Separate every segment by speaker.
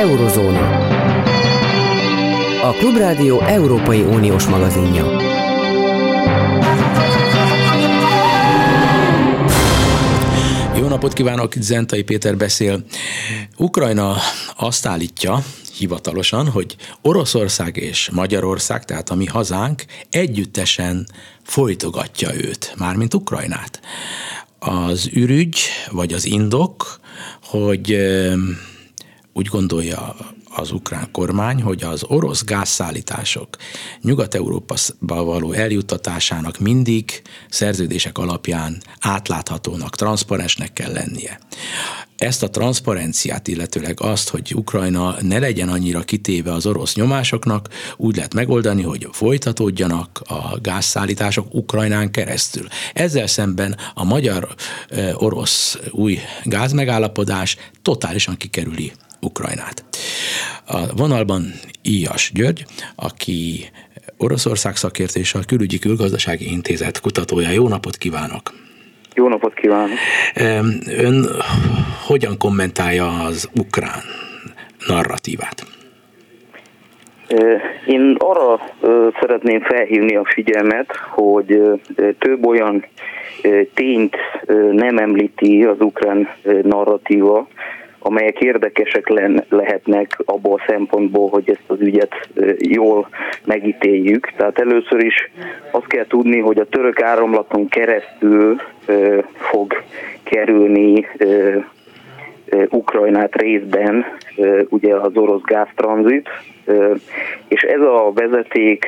Speaker 1: Eurozóna. A Klubrádió Európai Uniós magazinja.
Speaker 2: Jó napot kívánok, Zentai Péter beszél. Ukrajna azt állítja hivatalosan, hogy Oroszország és Magyarország, tehát a mi hazánk együttesen folytogatja őt, mármint Ukrajnát. Az ürügy, vagy az indok, hogy úgy gondolja az ukrán kormány, hogy az orosz gázszállítások Nyugat-Európába való eljuttatásának mindig szerződések alapján átláthatónak, transzparensnek kell lennie. Ezt a transzparenciát, illetőleg azt, hogy Ukrajna ne legyen annyira kitéve az orosz nyomásoknak, úgy lehet megoldani, hogy folytatódjanak a gázszállítások Ukrajnán keresztül. Ezzel szemben a magyar-orosz új gázmegállapodás totálisan kikerüli Ukrajnát. A vonalban Íjas György, aki Oroszország szakértő és a Külügyi Külgazdasági Intézet kutatója. Jó napot kívánok!
Speaker 3: Jó napot kívánok!
Speaker 2: Ön hogyan kommentálja az ukrán narratívát?
Speaker 3: Én arra szeretném felhívni a figyelmet, hogy több olyan tényt nem említi az ukrán narratíva, amelyek érdekesek lehetnek abból a szempontból, hogy ezt az ügyet jól megítéljük. Tehát először is azt kell tudni, hogy a török áramlaton keresztül fog kerülni Ukrajnát részben ugye az orosz gáztranzit, és ez a vezeték,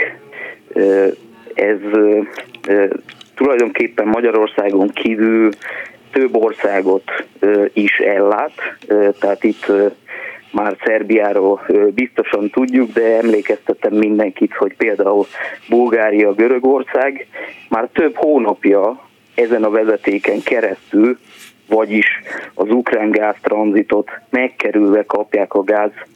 Speaker 3: ez tulajdonképpen Magyarországon kívül több országot is ellát, tehát itt már Szerbiáról biztosan tudjuk, de emlékeztetem mindenkit, hogy például Bulgária, Görögország már több hónapja ezen a vezetéken keresztül, vagyis az ukrán gáztranzitot megkerülve kapják a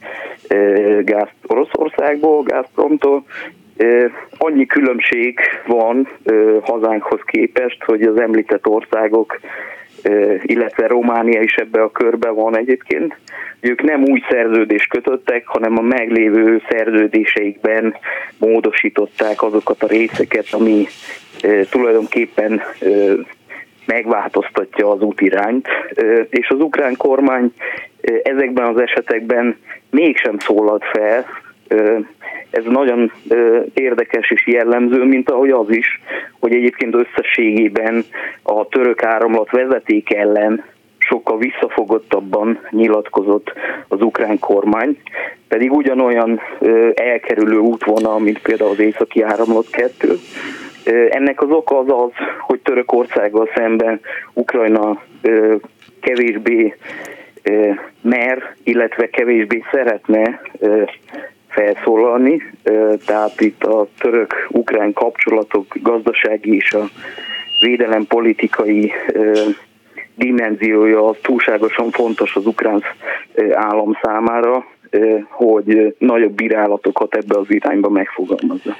Speaker 3: gázt Oroszországból, Gazpromtól. Annyi különbség van hazánkhoz képest, hogy az említett országok, illetve Románia is ebbe a körbe van egyébként. Ők nem új szerződést kötöttek, hanem a meglévő szerződéseikben módosították azokat a részeket, ami tulajdonképpen megváltoztatja az útirányt, és az ukrán kormány ezekben az esetekben mégsem szólalt fel. Ez nagyon érdekes és jellemző, mint ahogy az is, hogy egyébként összességében a török áramlat vezeték ellen sokkal visszafogottabban nyilatkozott az ukrán kormány, pedig ugyanolyan elkerülő útvonal, mint például az északi áramlat 2. Ennek az oka az, hogy Törökországgal szemben Ukrajna kevésbé mer, illetve kevésbé szeretne felszólalni, tehát itt a török-ukrán kapcsolatok gazdasági és a védelempolitikai dimenziója túlságosan fontos az ukrán állam számára, hogy nagyobb bírálatokat ebbe az irányba megfogalmazza.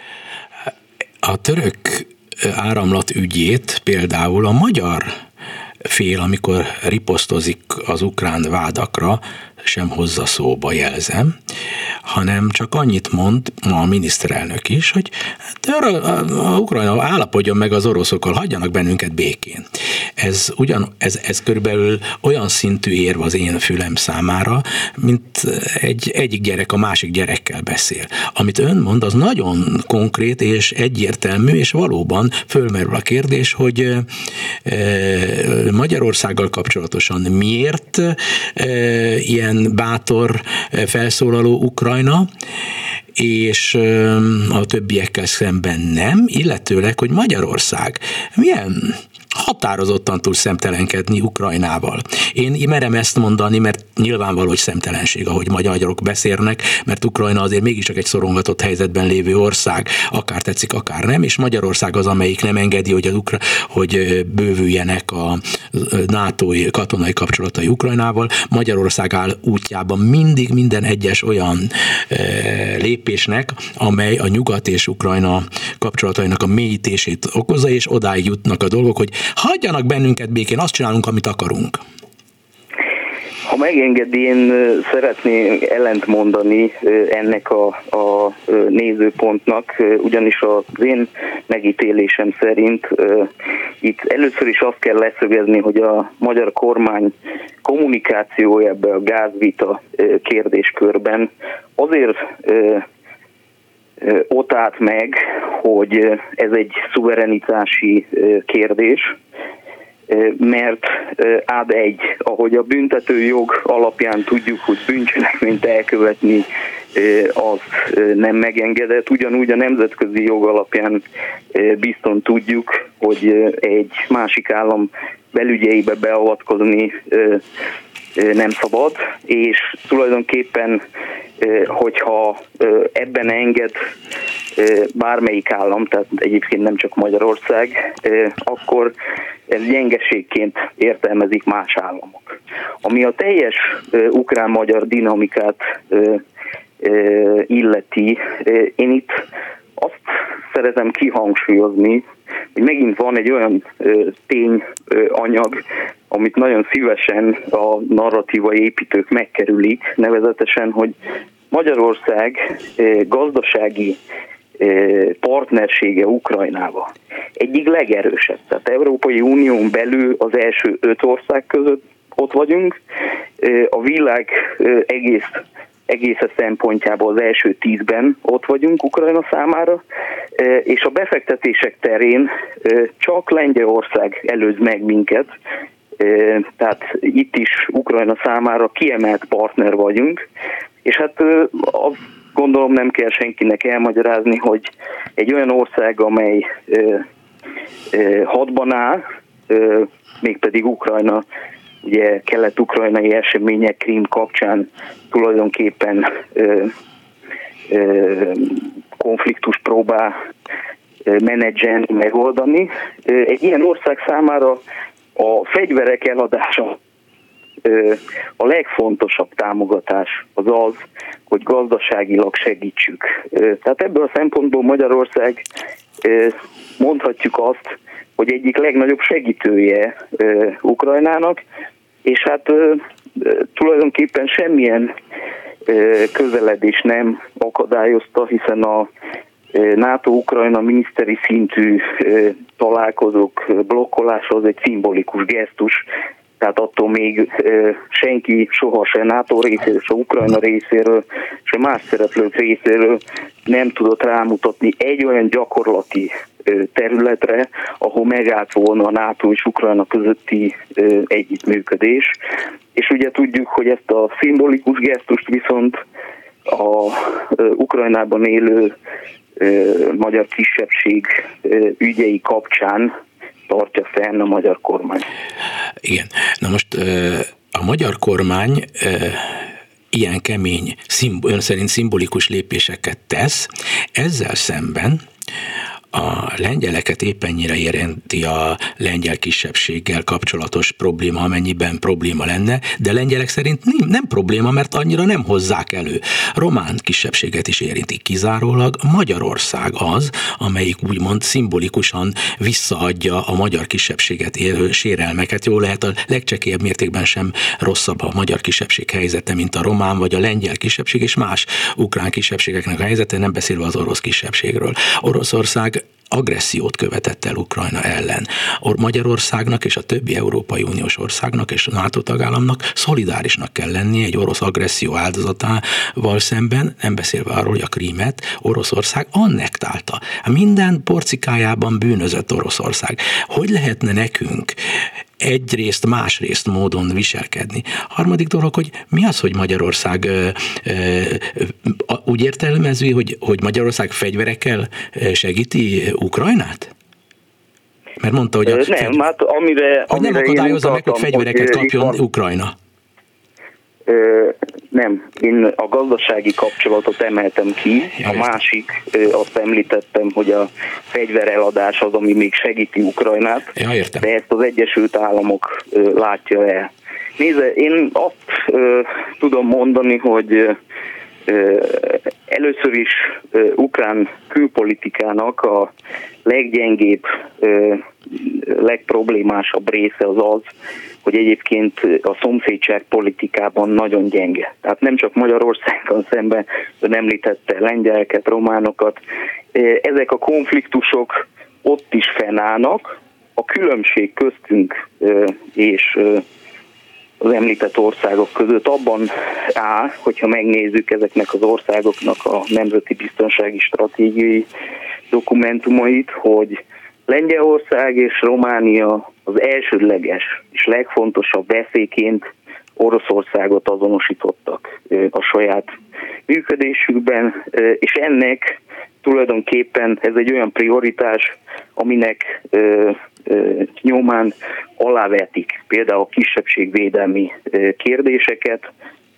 Speaker 2: A török áramlat ügyét például a magyar fél, amikor riposztozik az ukrán vádakra, sem hozza szóba, jelzem, hanem csak annyit mond ma a miniszterelnök is, hogy a Ukrajna állapodjon meg az oroszokkal, hagyjanak bennünket békén. Ez körülbelül olyan szintű érv az én fülem számára, mint egyik gyerek a másik gyerekkel beszél. Amit ön mond, az nagyon konkrét és egyértelmű, és valóban fölmerül a kérdés, hogy Magyarországgal kapcsolatosan miért ilyen bátor felszólaló Ukrajna, és a többiekkel szemben nem, illetőleg, hogy Magyarország milyen határozottan tud szemtelenkedni Ukrajnával. Én merem ezt mondani, mert nyilvánvaló, hogy szemtelenség, ahogy magyarok beszélnek, mert Ukrajna azért mégiscsak egy szorongatott helyzetben lévő ország, akár tetszik, akár nem, és Magyarország az, amelyik nem engedi, hogy bővüljenek a NATO-i katonai kapcsolatai Ukrajnával. Magyarország áll útjában mindig minden egyes olyan lépésnek, amely a nyugat és Ukrajna kapcsolatainak a mélyítését okozza, és odáig jutnak a dolgok, hogy hagyjanak bennünket békén, azt csinálunk, amit akarunk.
Speaker 3: Ha megengedi, én szeretnék ellentmondani ennek a nézőpontnak, ugyanis az én megítélésem szerint itt először is azt kell leszögezni, hogy a magyar kormány kommunikációja ebbe a gázvita kérdéskörben azért ott állt meg, hogy ez egy szuverenitási kérdés, mert ad egy, ahogy a büntetőjog alapján tudjuk, hogy bűncselekményt elkövetni az nem megengedett, ugyanúgy a nemzetközi jog alapján bizton tudjuk, hogy egy másik állam belügyeibe beavatkozni nem szabad, és tulajdonképpen, hogyha ebben enged bármelyik állam, tehát egyébként nem csak Magyarország, akkor ez gyengeségként értelmezik más államok. Ami a teljes ukrán-magyar dinamikát illeti, én itt azt szeretem kihangsúlyozni, hogy megint van egy olyan tényanyag, amit nagyon szívesen a narratívai építők megkerülik, nevezetesen, hogy Magyarország gazdasági partnersége Ukrajnával egyik legerősebb. Tehát Európai Unión belül az első 5 ország között ott vagyunk, a világ egész szempontjából az első 10-ben ott vagyunk Ukrajna számára, és a befektetések terén csak Lengyelország előz meg minket, tehát itt is Ukrajna számára kiemelt partner vagyunk, és hát azt gondolom nem kell senkinek elmagyarázni, hogy egy olyan ország, amely hadban áll, mégpedig Ukrajna, ugye kelet-ukrajnai események Krím kapcsán tulajdonképpen konfliktust próbál menedzselni, megoldani. Egy ilyen ország számára a fegyverek eladása a legfontosabb támogatás az az, hogy gazdaságilag segítsük. Tehát ebből a szempontból Magyarország, mondhatjuk azt, hogy egyik legnagyobb segítője Ukrajnának, és hát tulajdonképpen semmilyen közeledés nem akadályozta, hiszen a NATO-Ukrajna miniszteri szintű találkozók blokkolása az egy szimbolikus gesztus, tehát attól még senki soha se NATO részéről, se Ukrajna részéről, se más szereplők részéről nem tudott rámutatni egy olyan gyakorlati területre, ahol megállt volna a NATO és Ukrajna közötti együttműködés. És ugye tudjuk, hogy ezt a szimbolikus gesztust viszont a Ukrajnában élő magyar kisebbség ügyei kapcsán tartja fenn a magyar kormány.
Speaker 2: Igen. Na most a magyar kormány ilyen kemény, ön szerint szimbolikus lépéseket tesz, ezzel szemben a lengyeleket éppen érinti a lengyel kisebbséggel kapcsolatos probléma, amennyiben probléma lenne, de lengyelek szerint nem probléma, mert annyira nem hozzák elő. Román kisebbséget is érinti kizárólag. Magyarország az, amelyik úgymond szimbolikusan visszaadja a magyar kisebbséget élő sérelmeket. Jó lehet, a legcsekélyebb mértékben sem rosszabb a magyar kisebbség helyzete, mint a román vagy a lengyel kisebbség, és más ukrán kisebbségeknek a helyzete, nem beszélve az orosz kisebbségről. Oroszország agressziót követett el Ukrajna ellen. Magyarországnak és a többi Európai Uniós országnak és a NATO tagállamnak szolidárisnak kell lennie egy orosz agresszió áldozatával szemben, nem beszélve arról, hogy a Krímet Oroszország annektálta. Minden porcikájában bűnözött Oroszország. Hogy lehetne nekünk egyrészt, másrészt módon viselkedni? Harmadik dolog, hogy mi az, hogy Magyarország úgy értelmező, hogy Magyarország fegyverekkel segíti Ukrajnát? Mert mondta, hogy
Speaker 3: nem
Speaker 2: akadályozza meg, hogy fegyvereket kapjon Ukrajna.
Speaker 3: Nem, én a gazdasági kapcsolatot emeltem ki, a másik, azt említettem, hogy a fegyvereladás az, ami még segíti Ukrajnát, de ezt az Egyesült Államok látja el. Nézze, én azt tudom mondani, hogy először is ukrán külpolitikának a leggyengébb, legproblémásabb része az az, hogy egyébként a szomszédság politikában nagyon gyenge. Tehát nem csak Magyarországgal szemben, ön említette lengyeleket, románokat. Ezek a konfliktusok ott is fennállnak. A különbség köztünk és az említett országok között abban áll, hogyha megnézzük ezeknek az országoknak a nemzeti biztonsági stratégiai dokumentumait, hogy Lengyelország és Románia az elsődleges és legfontosabb veszélyként Oroszországot azonosítottak a saját működésükben, és ennek tulajdonképpen ez egy olyan prioritás, aminek nyomán alávetik például a kisebbségvédelmi kérdéseket,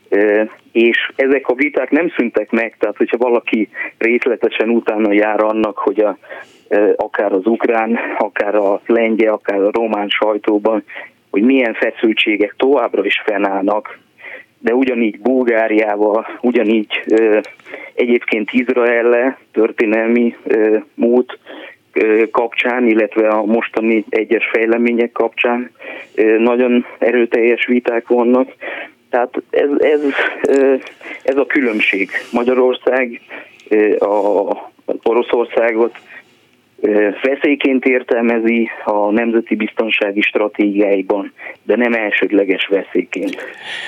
Speaker 3: és ezek a viták nem szűntek meg, tehát hogyha valaki részletesen utána jár annak, hogy akár az ukrán, akár a lengyel, akár a román sajtóban, hogy milyen feszültségek továbbra is fennállnak, de ugyanígy Bulgáriával, ugyanígy egyébként Izraellel történelmi mód kapcsán, illetve a mostani egyes fejlemények kapcsán nagyon erőteljes viták vannak. Tehát ez a különbség. Magyarország Oroszországot veszélyként értelmezi a nemzeti biztonsági stratégiáiban, de nem elsődleges veszélyként.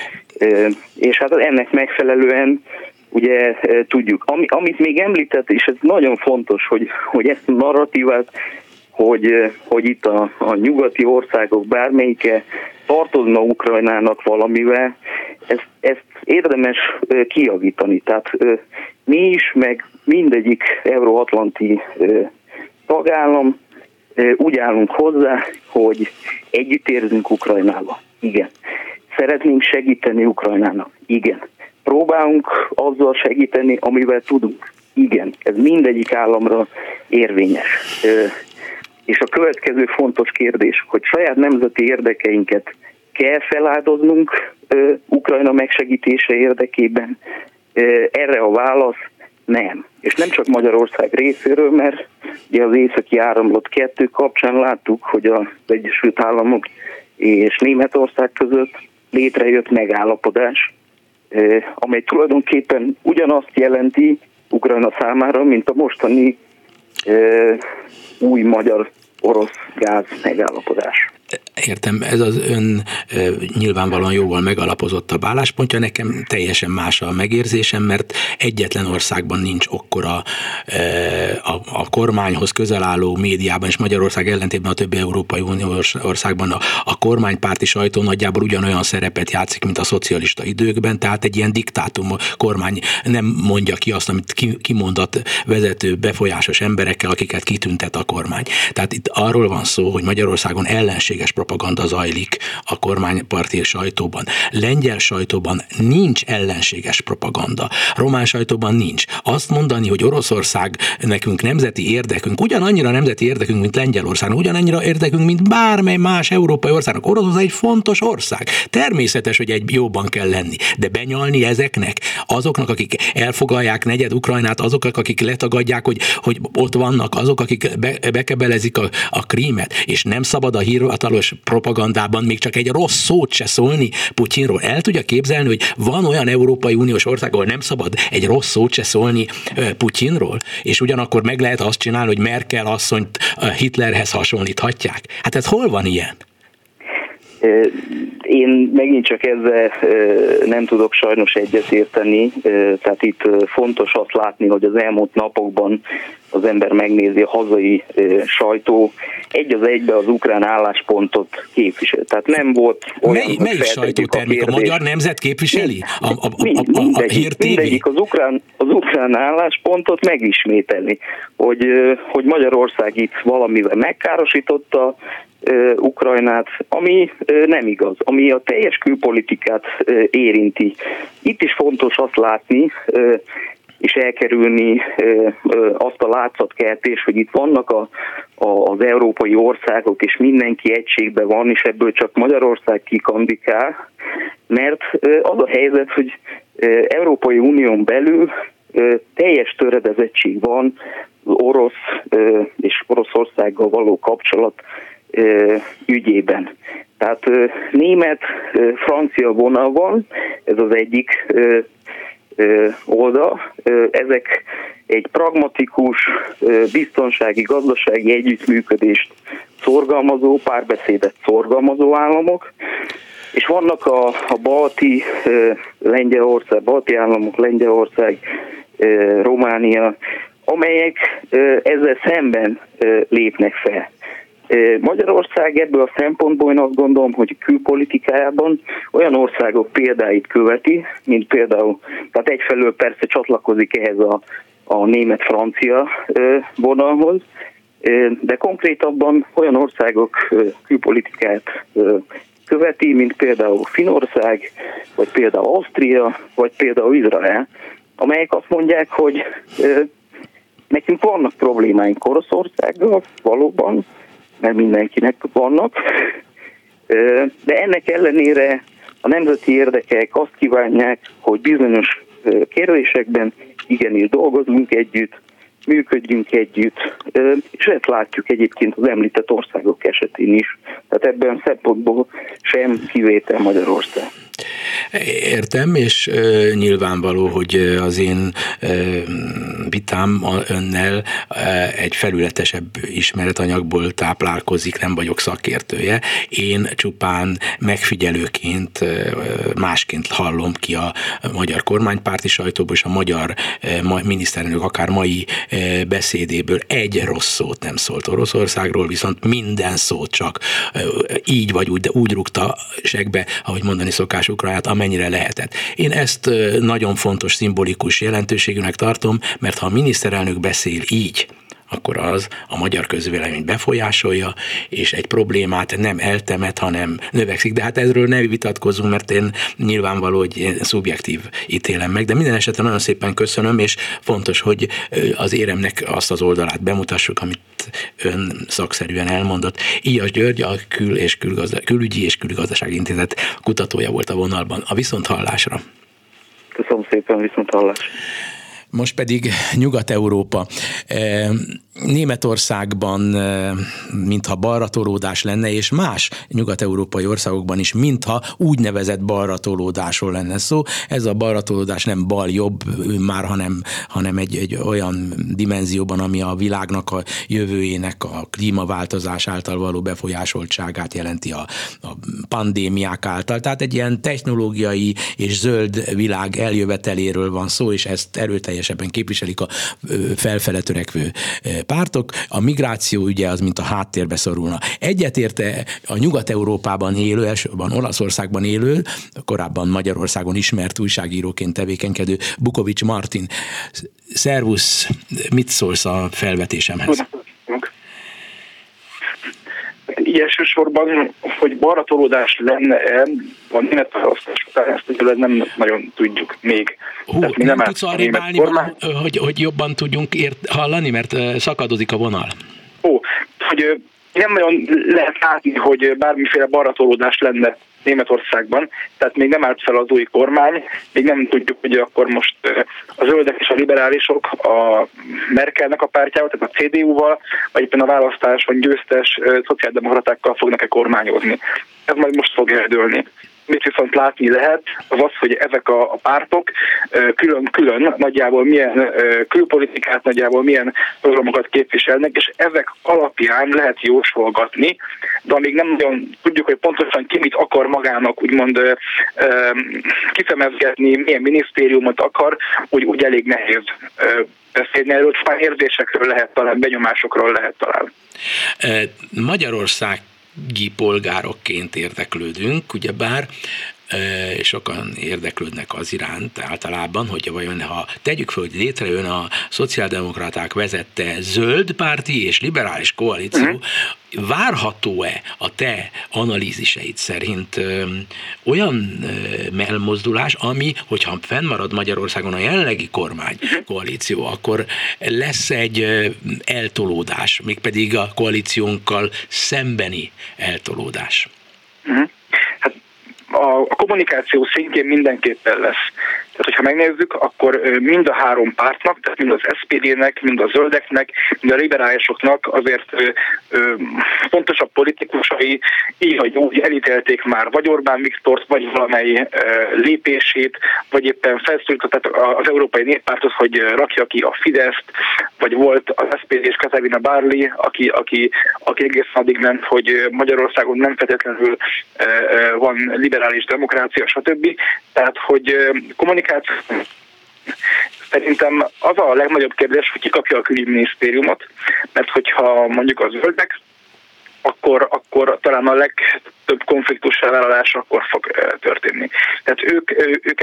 Speaker 3: És hát ennek megfelelően ugye tudjuk, amit még említett, és ez nagyon fontos, hogy ezt a narratívát, hogy itt a nyugati országok bármelyike tartozna Ukrajnának valamivel, ezt érdemes kijavítani. Tehát mi is, meg mindegyik euróatlanti tagállam úgy állunk hozzá, hogy együtt érzünk Ukrajnába. Igen. Szeretnénk segíteni Ukrajnának. Igen. Próbálunk azzal segíteni, amivel tudunk. Igen. Ez mindegyik államra érvényes. És a következő fontos kérdés, hogy saját nemzeti érdekeinket kell feláldoznunk Ukrajna megsegítése érdekében. Erre a válasz nem. És nem csak Magyarország részéről, mert ugye az északi áramlat 2 kapcsán láttuk, hogy az Egyesült Államok és Németország között létrejött megállapodás, amely tulajdonképpen ugyanazt jelenti Ukrajna számára, mint a mostani új magyar-orosz gáz megállapodás.
Speaker 2: Értem, ez az ön nyilvánvalóan jóval megalapozottabb álláspontja, nekem teljesen más a megérzésem, mert egyetlen országban nincs akkora a kormányhoz közel álló médiában, és Magyarország ellentétben a többi Európai Uniós országban a kormánypárti sajtó nagyjából ugyanolyan szerepet játszik, mint a szocialista időkben, tehát egy ilyen diktátum kormány nem mondja ki azt, amit kimondott vezető befolyásos emberekkel, akiket kitüntet a kormány. Tehát itt arról van szó, hogy Magyarországon ellenséges propaganda zajlik a kormánypárti sajtóban. Lengyel sajtóban nincs ellenséges propaganda. Román sajtóban nincs. Azt mondani, hogy Oroszország nekünk nemzeti érdekünk, ugyanannyira nemzeti érdekünk, mint Lengyelország, ugyanannyira érdekünk, mint bármely más európai országnak. Oroszország egy fontos ország. Természetes, hogy egy jóban kell lenni, de benyalni ezeknek, azoknak, akik elfoglalják negyed Ukrajnát, azoknak, akik letagadják, hogy ott vannak, azok, akik bekebelezik a Krímet, és nem szabad a hivatalos propagandában még csak egy rossz szót se szólni Putyinról. El tudja képzelni, hogy van olyan Európai Uniós ország, ahol nem szabad egy rossz szót se szólni Putyinról, és ugyanakkor meg lehet azt csinálni, hogy Merkel asszonyt Hitlerhez hasonlíthatják. Hát ez hol van ilyen?
Speaker 3: Én megint csak ezzel nem tudok sajnos egyetérteni, tehát itt fontos azt látni, hogy az elmúlt napokban az ember megnézi a hazai sajtó egy az egybe az ukrán álláspontot képvisel. Tehát nem volt olyan,
Speaker 2: melyik sajtótermék? A Magyar Nemzet képviseli? A Hír TV?
Speaker 3: Mindegyik az ukrán álláspontot megismételni, hogy Magyarország itt valamivel megkárosította Ukrajnát, ami nem igaz, ami a teljes külpolitikát érinti. Itt is fontos azt látni, és elkerülni azt a látszatkeltést, hogy itt vannak az európai országok, és mindenki egységben van, és ebből csak Magyarország kikandikál, mert az a helyzet, hogy Európai Unión belül teljes töredezettség van az orosz és Oroszországgal való kapcsolat ügyében. Tehát német, francia vonal van, ez az egyik oldal. Ezek egy pragmatikus, biztonsági, gazdasági együttműködést szorgalmazó, párbeszédet szorgalmazó államok, és vannak a balti államok, Lengyelország, Románia, amelyek ezzel szemben lépnek fel. Magyarország ebből a szempontból én azt gondolom, hogy külpolitikájában olyan országok példáit követi, mint például, tehát egyfelől persze csatlakozik ehhez a német-francia vonalhoz, de konkrétabban olyan országok külpolitikáját követi, mint például Finnország, vagy például Ausztria, vagy például Izrael, amelyek azt mondják, hogy nekünk vannak problémáink Oroszországgal, valóban, mert mindenkinek vannak, de ennek ellenére a nemzeti érdekek azt kívánják, hogy bizonyos kérdésekben igenis dolgozunk együtt, működjünk együtt, és ezt látjuk egyébként az említett országok esetén is. Tehát ebben szempontból sem kivétel Magyarország.
Speaker 2: Értem, és nyilvánvaló, hogy az én vitám önnel egy felületesebb ismeretanyagból táplálkozik, nem vagyok szakértője. Én csupán megfigyelőként, másként hallom ki a magyar kormánypárti sajtóból, és a magyar miniszterelnök akár mai beszédéből egy rossz szót nem szólt Oroszországról, viszont minden szót csak így vagy úgy, de úgy rúgta segbe, ahogy mondani szokás Ukrajnát, amennyire lehetett. Én ezt nagyon fontos, szimbolikus jelentőségűnek tartom, mert ha a miniszterelnök beszél így, akkor az a magyar közvéleményt befolyásolja, és egy problémát nem eltemet, hanem növekszik. De hát erről ne vitatkozzunk, mert én nyilvánvaló, hogy én szubjektív ítélem meg, de minden esetben nagyon szépen köszönöm, és fontos, hogy az éremnek azt az oldalát bemutassuk, amit ön szakszerűen elmondott. Íjas György, a Külügyi és Külgazdasági Intézet kutatója volt a vonalban. A viszonthallásra.
Speaker 3: Köszönöm szépen, viszonthallásra.
Speaker 2: Most pedig Nyugat-Európa. Németországban mintha balratolódás lenne, és más nyugat-európai országokban is mintha úgynevezett balratolódásról lenne szó. Ez a balratolódás nem bal-jobb már, hanem egy olyan dimenzióban, ami a világnak a jövőjének a klímaváltozás által való befolyásoltságát jelenti a pandémiák által. Tehát egy ilyen technológiai és zöld világ eljöveteléről van szó, és ezt erőteljesebben képviselik a felfele törekvő pártok. A migráció ugye az, mint a háttérbe szorulna. Egyetérte a Nyugat-Európában élő, elsősorban Olaszországban élő, korábban Magyarországon ismert újságíróként tevékenykedő Bukovics Martin. Szervusz, mit szólsz a felvetésemhez?
Speaker 4: Elsősorban, hogy balratolódás lenne-e a német választás után, ezt ugye nem nagyon tudjuk még.
Speaker 2: Nem tudsz arrébb állni, hogy jobban tudjunk hallani, mert szakadozik a vonal.
Speaker 4: Hogy nem nagyon lehet látni, hogy bármiféle balratolódás lenne Németországban, tehát még nem állt fel az új kormány, még nem tudjuk, hogy akkor most a zöldek és a liberálisok a Merkelnek a pártjával, tehát a CDU-val, vagy éppen a választáson győztes szociáldemokratákkal fognak-e kormányozni. Ez majd most fog eldőlni. Mit viszont látni lehet, az, hogy ezek a pártok külön-külön nagyjából milyen külpolitikát, nagyjából milyen programokat képviselnek, és ezek alapján lehet jósolgatni, de amíg nem nagyon tudjuk, hogy pontosan ki mit akar magának úgymond kifemezgetni, milyen minisztériumot akar, úgy elég nehéz beszélni erről, csupán érzésekről lehet talán, benyomásokról lehet talán.
Speaker 2: Magyarország polgárokként érdeklődünk, ugyebár sokan érdeklődnek az iránt általában, hogy vajon, ha tegyük fel, hogy létrejön a szociáldemokraták vezette zöld párti és liberális koalíció, várható-e a te analíziseid szerint olyan elmozdulás, ami, hogyha fennmarad Magyarországon a jelenlegi kormánykoalíció, akkor lesz egy eltolódás, mégpedig a koalíciónkkal szembeni eltolódás?
Speaker 4: Hát a kommunikáció szintjén mindenképpen lesz. Tehát, hogyha megnézzük, akkor mind a három pártnak, tehát mind az SPD-nek, mind a Zöldeknek, mind a liberálisoknak azért fontosabb politikusai így vagy úgy elítélték már vagy Orbán Viktort, vagy valamely lépését, vagy éppen felszólították az Európai Néppártot, hogy rakja ki a Fideszt, vagy volt az SPD és Katarina Barley, aki egészen addig ment, hogy Magyarországon nem feltétlenül van liberális demokrácia, stb. Tehát, hogy kommunikáció. Szerintem az a legnagyobb kérdés, hogy ki kapja a külügyminisztériumot, mert hogyha mondjuk a Zöldek, akkor talán a legtöbb konfliktus felvállalás akkor fog történni. Tehát ők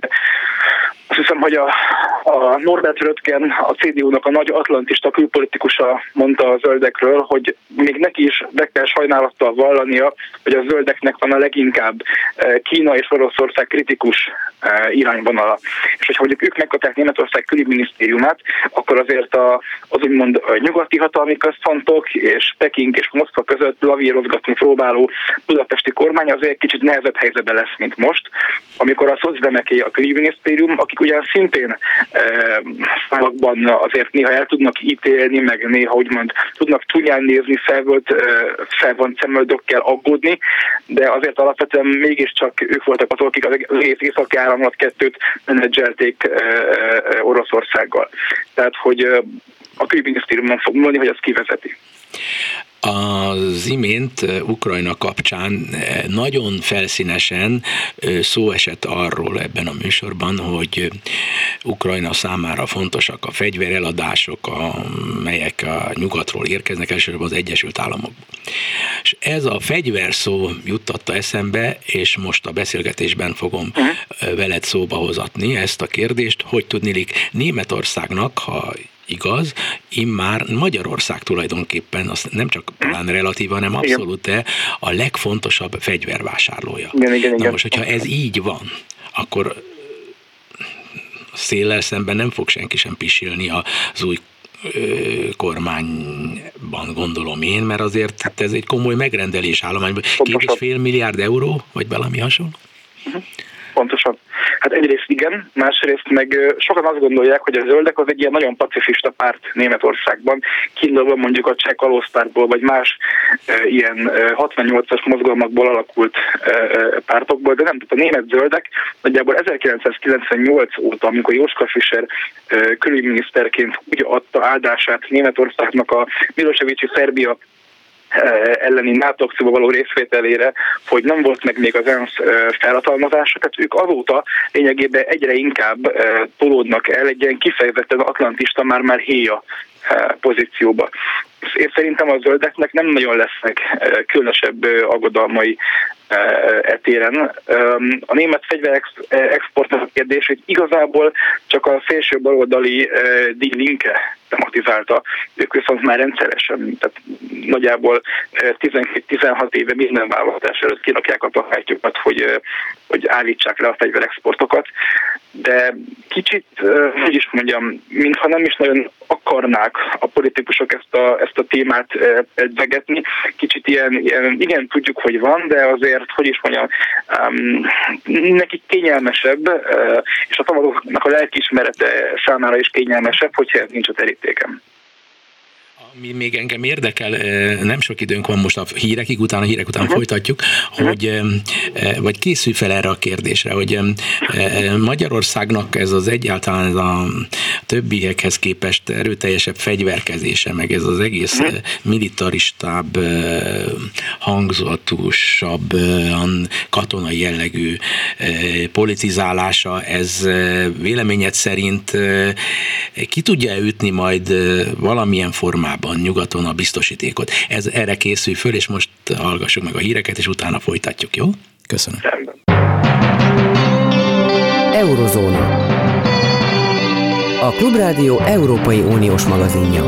Speaker 4: azt hiszem, hogy a Norbert Röttgen, a CDU-nak a nagy atlantista külpolitikusa mondta a Zöldekről, hogy még neki is be kell sajnálattal vallania, hogy a Zöldeknek van a leginkább Kína és Oroszország kritikus irányvonala. És hogyha mondjuk ők megkapják Németország külügyminisztériumát, akkor azért az úgymond nyugati hatalmi központok és Peking és Moszkva között lavírozgatni próbáló budapesti kormány azért egy kicsit nehezebb helyzetben lesz, mint most, amikor a szocdemeké a külügyminisztérium, akik ugyan szintén szavakban azért néha el tudnak ítélni, meg néha úgymond tudnak csúnyán nézni, felvont szemöldökkel aggódni, de azért alapvetően mégiscsak ők voltak azok, akik az egész északi áramlat 2-t menedzselték Oroszországgal. Tehát, hogy a külügyminisztérium nem fog múlni, hogy ezt kivezeti.
Speaker 2: Az imént Ukrajna kapcsán nagyon felszínesen szó esett arról ebben a műsorban, hogy Ukrajna számára fontosak a fegyvereladások, amelyek a nyugatról érkeznek, elsősorban az Egyesült Államokból. És ez a fegyver szó juttatta eszembe, és most a beszélgetésben fogom veled szóba hozatni ezt a kérdést, hogy tudniillik Németországnak, ha igaz, immár Magyarország tulajdonképpen, az nem csak talán relatív, hanem abszolút a legfontosabb fegyvervásárlója.
Speaker 4: Igen.
Speaker 2: Na most, hogyha ez így van, akkor széllel szemben nem fog senki sem pisilni az új kormányban, gondolom én, mert azért ez egy komoly megrendelés állományban. 2,5 milliárd euró, vagy valami hasonló?
Speaker 4: Pontosan. Hát egyrészt igen, másrészt meg sokan azt gondolják, hogy a Zöldek az egy ilyen nagyon pacifista párt Németországban, kiindulva mondjuk a Cseh Kalózpártból, vagy más ilyen 68-as mozgalmakból alakult pártokból, de nem, tehát a német Zöldek nagyjából 1998 óta, amikor Joschka Fischer külügyminiszterként úgy adta áldását Németországnak a Milošević Szerbia elleni NATO akcióba való részvételére, hogy nem volt meg még az ENSZ felhatalmazása, tehát ők azóta lényegében egyre inkább tolódnak el egy ilyen kifejezetten atlantista, már héja pozícióba. Én szerintem a Zöldeknek nem nagyon lesznek különösebb aggodalmai etéren. A német fegyverexportnak a kérdését igazából csak a szélső baloldali Die Linke tematizálta, ők viszont már rendszeresen, tehát nagyjából 12-16 éve minden választás előtt kirakják a plakátjukat, hogy állítsák le a fegyverexportokat, de kicsit, hogy is mondjam, mintha nem is nagyon akarnák a politikusok ezt a témát edzegetni, kicsit ilyen, igen, tudjuk, hogy van, de azért, hogy is mondjam, nekik kényelmesebb, és a szavazóknak a lelkiismerete számára is kényelmesebb, hogyha ez nincs a terítéken.
Speaker 2: Ami még engem érdekel, nem sok időnk van most a hírekig, utána a hírek után folytatjuk, hogy, vagy készülj fel erre a kérdésre, hogy Magyarországnak ez az egyáltalán a többiekhez képest erőteljesebb fegyverkezése, meg ez az egész militaristább, hangzatusabb, katonai jellegű politizálása, ez véleményed szerint ki tudja ütni majd valamilyen formában nyugaton a biztosítékot? Erre készülj föl, és most hallgassuk meg a híreket, és utána folytatjuk, jó? Köszönöm.
Speaker 1: Eurozóna. A Klubrádió Európai Uniós magazinja.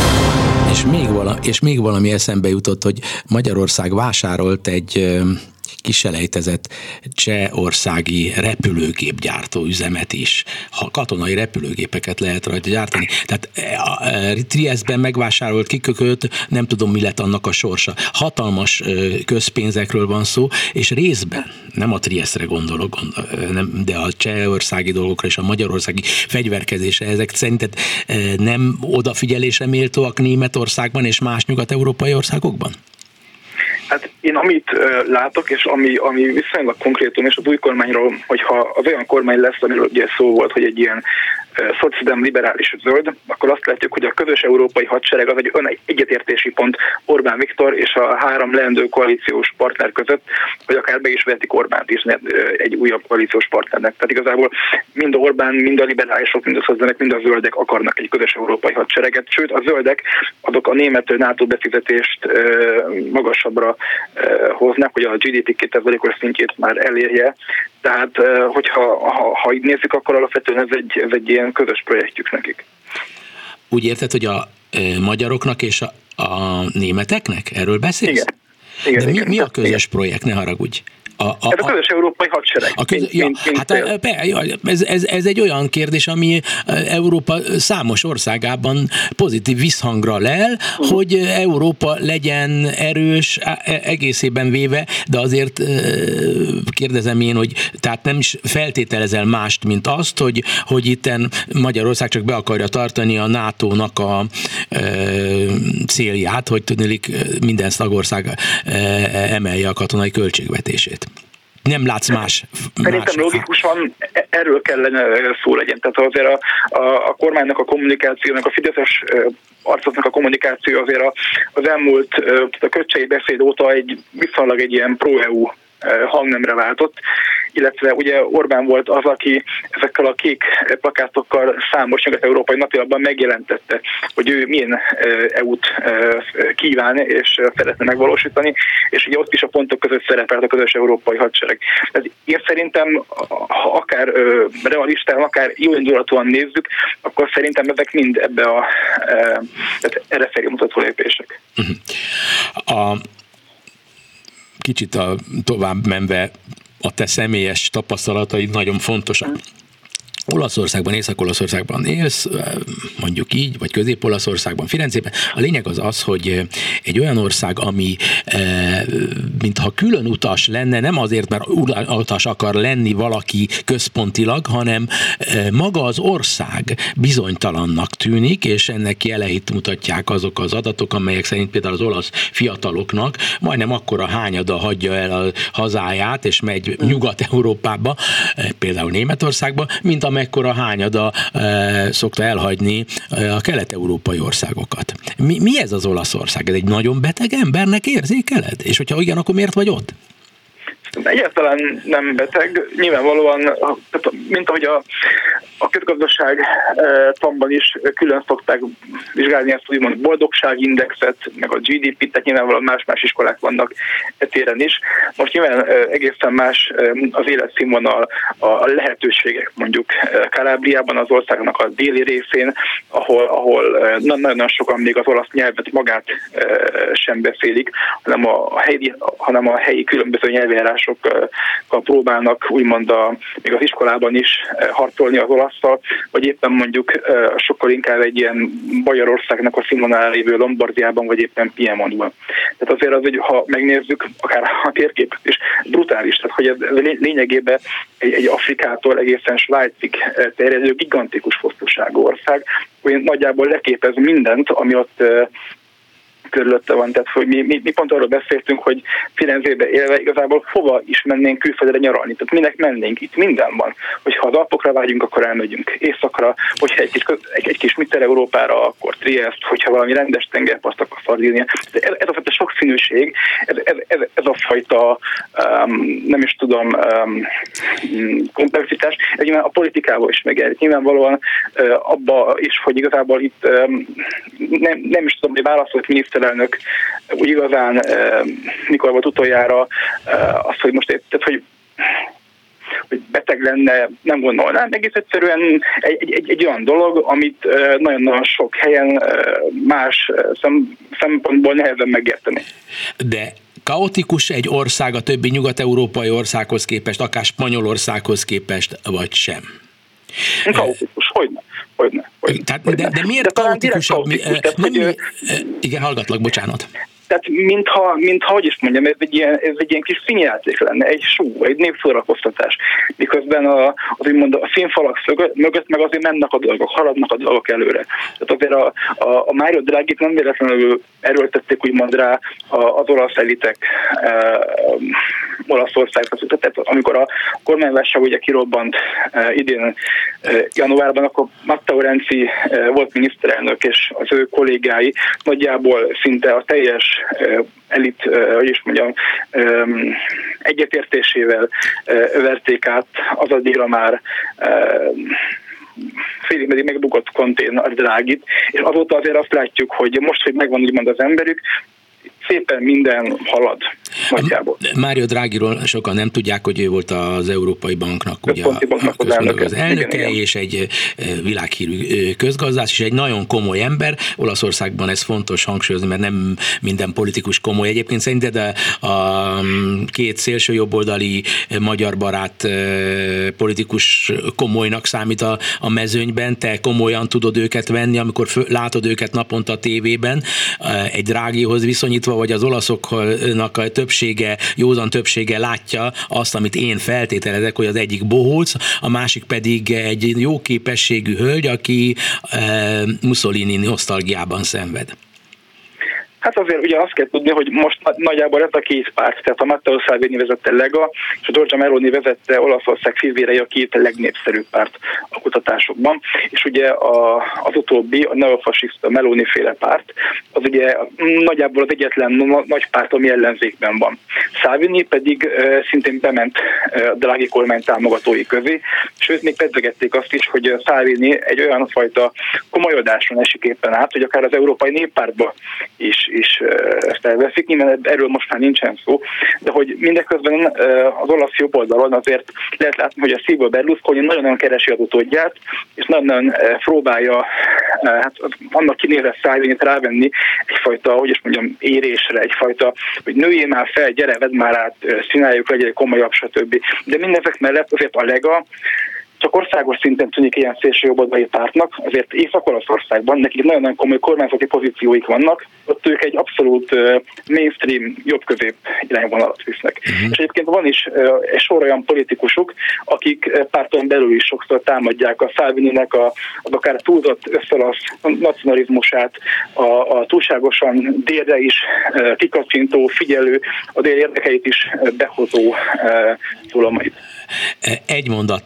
Speaker 2: És még valami eszembe jutott, hogy Magyarország vásárolt egy kiselejtezett csehországi repülőgépgyártó üzemet is. Ha katonai repülőgépeket lehet rajta gyártani. Tehát Triesztben megvásárolt kikötőt, nem tudom, mi lett annak a sorsa. Hatalmas közpénzekről van szó, és részben, nem a Triesztre gondolok, de a csehországi dolgokra és a magyarországi fegyverkezésre, ezek szerinted nem odafigyelésre méltóak Németországban és más nyugat-európai országokban?
Speaker 4: Hát én amit látok, és ami viszonylag konkrétum, és az új kormányról, hogyha az olyan kormány lesz, amiről ugye szó volt, hogy egy ilyen szociáldemokrata liberális zöld, akkor azt látjuk, hogy a közös európai hadsereg az egy egyetértési pont Orbán Viktor és a 3 leendő koalíciós partner között, hogy akár be is vehetik Orbánt is egy újabb koalíciós partnernek. Tehát igazából mind Orbán, mind a liberálisok, mind a szociáldemokraták, mind a zöldek akarnak egy közös európai hadsereget, sőt a zöldek azok a német NATO befizetést magasabbra hoznak, hogy a GDP 2%-os szintjét már elérje. Tehát, ha így nézzük, akkor alapvetően ez egy ilyen közös projektjük nekik.
Speaker 2: Úgy érted, hogy a magyaroknak és a németeknek? Erről beszélsz?
Speaker 4: Igen.
Speaker 2: Mi a közös projekt? Ne haragudj.
Speaker 4: Ez a közös európai hadsereg.
Speaker 2: Ez egy olyan kérdés, ami Európa számos országában pozitív visszhangra lel, hogy Európa legyen erős egészében véve, de azért kérdezem én, hogy tehát nem is feltételezel mást, mint azt, hogy itten Magyarország csak be akarja tartani a NATO-nak a célját, hogy tudniillik minden szakország emelje a katonai költségvetését. Nem látsz más.
Speaker 4: Szerintem logikusan erről kellene szó legyen. Tehát azért a kormánynak a kommunikációnak, a fideszes arcoknak a kommunikáció azért az elmúlt a Köcsei beszéd óta viszonylag egy ilyen pro-EU hangnemre váltott, illetve ugye Orbán volt az, aki ezekkel a kék plakátokkal számos nyugat-európai napilapban megjelentette, hogy ő milyen EU-t kíván és szeretne megvalósítani, és ugye ott is a pontok között szerepelt a közös európai hadsereg. Tehát én szerintem, ha akár realistán, akár jóindulatúan nézzük, akkor szerintem ezek mind ebbe erre felé mutató lépések.
Speaker 2: Kicsit tovább menve a te személyes tapasztalataid nagyon fontosak. Olaszországban, Észak-Olaszországban élsz, mondjuk így, vagy Közép-Olaszországban, Firenzében. A lényeg az, hogy egy olyan ország, ami mintha külön utas lenne, nem azért, mert utas akar lenni valaki központilag, hanem maga az ország bizonytalannak tűnik, és ennek jeleit mutatják azok az adatok, amelyek szerint például az olasz fiataloknak majdnem akkora hányada hagyja el a hazáját, és megy Nyugat-Európába, például Németországba, mint amekkora hányada szokta elhagyni a kelet-európai országokat. Mi ez az Olaszország? Ez egy nagyon beteg embernek érzékeled? És hogyha igen, akkor miért vagy ott?
Speaker 4: Egyáltalán nem beteg. Nyilvánvalóan, mint ahogy a közgazdaság tanban is külön szokták vizsgálni ezt, úgymond boldogságindexet, meg a GDP-t, tehát nyilvánvalóan más-más iskolák vannak etéren is. Most nyilván egészen más az életszínvonal, a lehetőségek mondjuk Kalábriában, az országnak a déli részén, ahol nagyon sokan még az olasz nyelvet magát sem beszélik, hanem a helyi különböző nyelvjárásokkal próbálnak úgymond még az iskolában is harcolni az olasszal, vagy éppen mondjuk sokkal inkább egy ilyen Bajorországnak a színvonalán lévő Lombardiában, vagy éppen Piemontban. Tehát azért az, hogy ha megnézzük, akár a térképet is brutális, tehát hogy ez lényegében egy Afrikától egészen Svájcig terjedő gigantikus hosszúságú ország, hogy nagyjából leképez mindent, ami ott körülötte van. Tehát, hogy mi pont arról beszéltünk, hogy Firenzébe élve igazából hova is mennénk külföldre nyaralni. Tehát minek mennénk? Itt minden van. Hogyha az Alpokra vágyunk, akkor elmegyünk északra, hogyha egy kis Mittel-Európára, akkor Triest, hogyha valami rendes tengerpart, akkor Szardínia. Ez a fajta sokszínűség, ez a fajta nem is tudom komplexitás, ez nyilván a politikával is megjelenik. Nyilvánvalóan abba is, hogy igazából itt nem is tudom, hogy válaszolt miniszterelnök úgy igazán mikor volt utoljára az, hogy most tehát, hogy beteg lenne, nem gondolnám, egész egyszerűen egy olyan dolog, amit nagyon-nagyon sok helyen más szempontból nehezen megérteni.
Speaker 2: De kaotikus egy ország a többi nyugat-európai országhoz képest, akár Spanyolországhoz képest, vagy sem?
Speaker 4: Kaotikus, hogyne.
Speaker 2: De miért kaotikusabb? Igen, hallgatlak, bocsánat.
Speaker 4: Tehát mintha, hogy is mondjam, ez egy ilyen kis színjáték lenne, egy show, egy népszórakoztatás. Miközben a színfalak mögött meg azért mennek a dolgok, haladnak a dolgok előre. Tehát azért a Mario Draghit nem véletlenül erőltették úgymond rá az olasz elitek Olaszországhoz. Tehát amikor a kormányválság ugye kirobbant idén januárban, akkor Matteo Renzi volt miniszterelnök, és az ő kollégái nagyjából szinte a teljes elit, hogy is mondjam, egyetértésével verték át az addigra már félig meddig megbukott Contén a Draghit, és azóta azért azt látjuk, hogy most, hogy megvan úgymond az emberük, szépen minden halad nagyjából.
Speaker 2: Mario Draghiról sokan nem tudják, hogy ő volt az Európai Banknak ugye az elnöke, igen. És egy világhírű közgazdász, és egy nagyon komoly ember. Olaszországban ez fontos hangsúlyozni, mert nem minden politikus komoly egyébként szerintem, de a két szélső jobboldali magyar barát politikus komolynak számít a mezőnyben. Te komolyan tudod őket venni, amikor látod őket naponta a tévében, egy Draghihoz viszonyítva, vagy az olaszoknak a többsége, józan többsége látja azt, amit én feltételezek, hogy az egyik bohóc, a másik pedig egy jó képességű hölgy, aki Mussolini nosztalgiában szenved.
Speaker 4: Hát azért ugye azt kell tudni, hogy most nagyjából ez a két párt, tehát a Matteo Salvini vezette Lega, és a Giorgia Meloni vezette Olaszország fivérei a két legnépszerűbb párt a kutatásokban, és ugye az utóbbi, a neofasiszta Meloni féle párt, az ugye nagyjából az egyetlen nagy párt, ami ellenzékben van. Salvini pedig szintén bement a Draghi kormány támogatói közé, és ők még pedzegették azt is, hogy Salvini egy olyan fajta komolyodáson esik éppen át, hogy akár az Európai Néppártba is felveszik, nyilván erről most már nincsen szó, de hogy mindeközben az olasz jobb oldalon azért lehet látni, hogy a Silvio Berlusconi nagyon-nagyon keresi az utódját, és nagyon próbálja hát annak kinézve Salvinit rávenni egyfajta, hogy is mondjam, érésre, egyfajta, hogy nőjél már fel, gyere, vedd már át, színáljuk, legyen komolyabb, stb. De mindezek mellett azért a Lega csak országos szinten tűnik ilyen szélső jobboldali pártnak, azért Észak-Olaszországban nekik nagyon-nagyon komoly kormányzati pozícióik vannak, ott ők egy abszolút mainstream jobb-közép irányvonalat visznek. És egyébként van is egy sor olyan politikusuk, akik párton belül is sokszor támadják a Salvininek az akár túlzott összolasz nacionalizmusát, a túlságosan délre is kikacsintó, figyelő, a dél érdekeit is behozó szólamait.
Speaker 2: Egy mondat.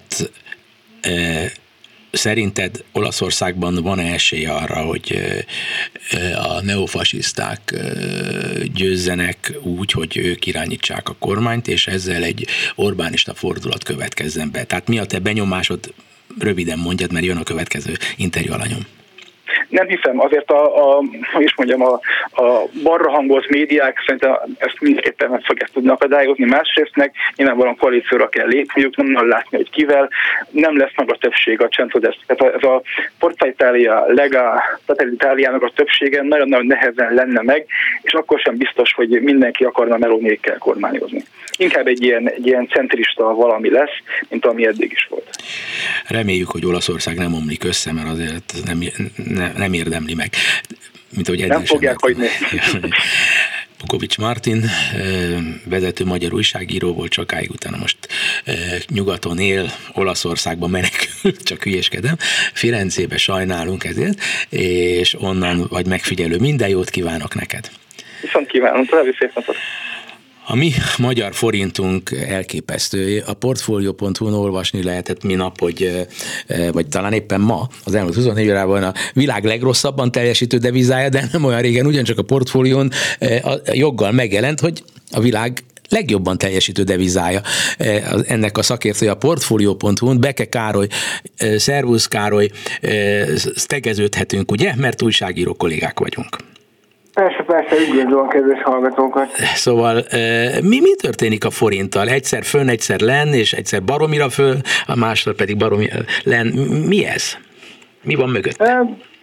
Speaker 2: Szerinted Olaszországban van esély arra, hogy a neofasiszták győzzenek úgy, hogy ők irányítsák a kormányt, és ezzel egy orbánista fordulat következzen be? Tehát mi a te benyomásod? Röviden mondjad, mert jön a következő interjú alanyom.
Speaker 4: Nem hiszem, azért hogy is mondjam, a balra hangolt médiák szerintem ezt mindenképpen meg fogják tudni akadályozni, másrésztnek nyilvánvalóan koalícióra kell lépniük, nem nagyon látni, hogy kivel, nem lesz meg a többség a Centrodestra. Tehát ez a Forza Italia, Lega, Fratelli Italiának a többsége nagyon-nagyon nehezen lenne meg, és akkor sem biztos, hogy mindenki akarna Meloniékkel kormányozni. Inkább egy ilyen centrista valami lesz, mint ami eddig is volt.
Speaker 2: Reméljük, hogy Olaszország nem omlik össze, mert azért nem érdemli meg. Mint ahogy
Speaker 4: nem fogják hagyni.
Speaker 2: Pukovics Martin, vezető magyar újságíró volt sokáig, utána most nyugaton él, Olaszországban menekül, csak hülyeskedem. Firenzébe sajnálunk ezért, és onnan vagy megfigyelő. Minden jót kívánok neked.
Speaker 4: Viszont kívánom, további szép napot.
Speaker 2: A mi magyar forintunk elképesztő. A Portfolio.hu-n olvasni lehetett minap, vagy talán éppen ma, az elmúlt 24 órában a világ legrosszabban teljesítő devizája, de nem olyan régen, ugyancsak a Portfólión joggal megjelent, hogy a világ legjobban teljesítő devizája. Ennek a szakértője a Portfolio.hu-n, Beke Károly, szervusz Károly, tegeződhetünk, ugye? Mert újságíró kollégák vagyunk.
Speaker 5: Persze, üdvözlöm a kedves hallgatókat.
Speaker 2: Szóval mi történik a forinttal? Egyszer fönn, egyszer lenn, és egyszer baromira fönn, a másról pedig baromira lenn. Mi ez? Mi van mögötte?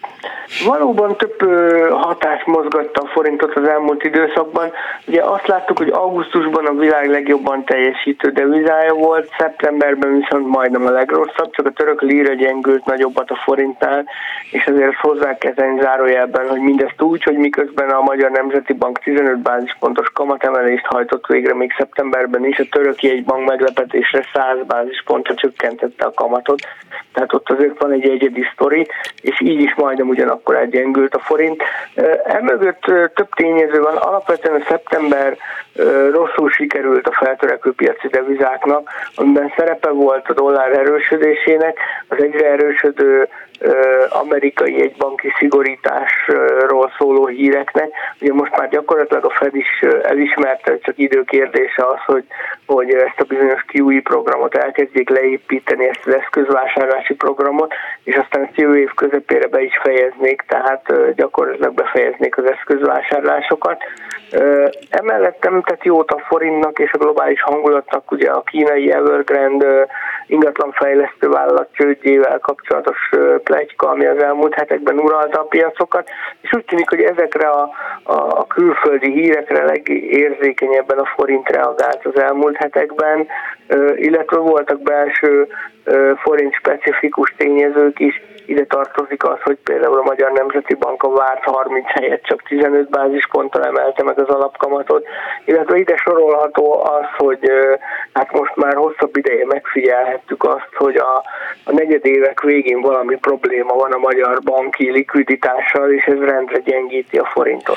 Speaker 5: Valóban több hatás mozgatta a forintot az elmúlt időszakban. Ugye azt láttuk, hogy augusztusban a világ legjobban teljesítő devizája volt, szeptemberben viszont majdnem a legrosszabb, csak a török líra gyengült nagyobbat a forintnál, és azért hozzá kell tenni zárójelben, hogy mindezt úgy, hogy miközben a Magyar Nemzeti Bank 15 bázispontos kamatemelést hajtott végre még szeptemberben is, a török jegybank meglepetésre 100 bázispontra csökkentette a kamatot, tehát ott azért van egy egyedi sztori, és így is majdnem ugyanakkor elgyengült a forint. Emögött több tényező van, alapvetően a szeptember rosszul sikerült a feltörekvő piaci devizáknak, amiben szerepe volt a dollár erősödésének, az egyre erősödő amerikai jegybanki szigorításról szóló híreknek. Ugye most már gyakorlatilag a Fed is elismerte, csak időkérdése az, hogy ezt a bizonyos QE programot elkezdjék leépíteni, ezt az eszközvásárlási programot, és aztán ezt jövő év közepére be is fejeznék, tehát gyakorlatilag befejeznék az eszközvásárlásokat. Emellett nem tett jót a forintnak és a globális hangulatnak ugye a kínai Evergrande ingatlanfejlesztő vállalat csődjével kapcsolatos pletyka, ami az elmúlt hetekben uralta a piacokat, és úgy tűnik, hogy ezekre a külföldi hírekre legérzékenyebben a forint reagált az elmúlt hetekben, illetve voltak belső forint specifikus tényezők is. Ide tartozik az, hogy például a Magyar Nemzeti Bank a várt 30 helyett csak 15 bázisponttal emelte meg az alapkamatot, illetve ide sorolható az, hogy hát most már hosszabb ideje megfigyelhettük azt, hogy a negyedévek végén valami probléma van a magyar banki likviditással, és ez rendre gyengíti a forintot.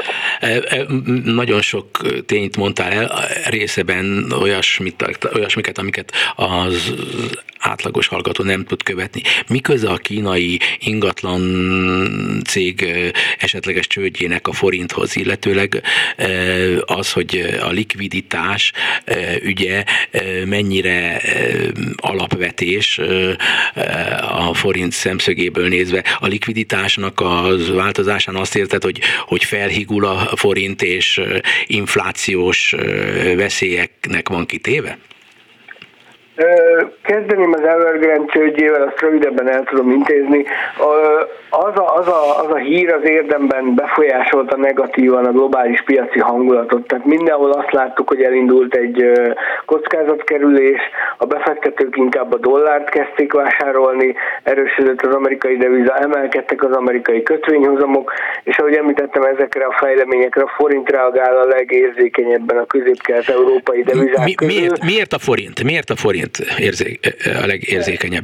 Speaker 2: Nagyon sok tényt mondtál el, részeben olyasmiket, amiket az átlagos hallgató nem tud követni. Miközben a kínai ingatlan cég esetleges csődjének a forinthoz, illetőleg az, hogy a likviditás ügye mennyire alapvetés a forint szemszögéből nézve. A likviditásnak az változásán azt érted, hogy felhigul a forint és inflációs veszélyeknek van kitéve?
Speaker 5: Kezdeném az Evergrande csődjével, azt rövidebben el tudom intézni. Az a hír az érdemben befolyásolta negatívan a globális piaci hangulatot. Tehát mindenhol azt láttuk, hogy elindult egy kockázatkerülés, a befektetők inkább a dollárt kezdték vásárolni, erősödött az amerikai deviza, emelkedtek az amerikai kötvényhozamok, és ahogy említettem, ezekre a fejleményekre a forint reagál a legérzékenyebben a közép-kelet-európai devizák közül.
Speaker 2: Miért a forint? Miért a forint a legérzékenyebb?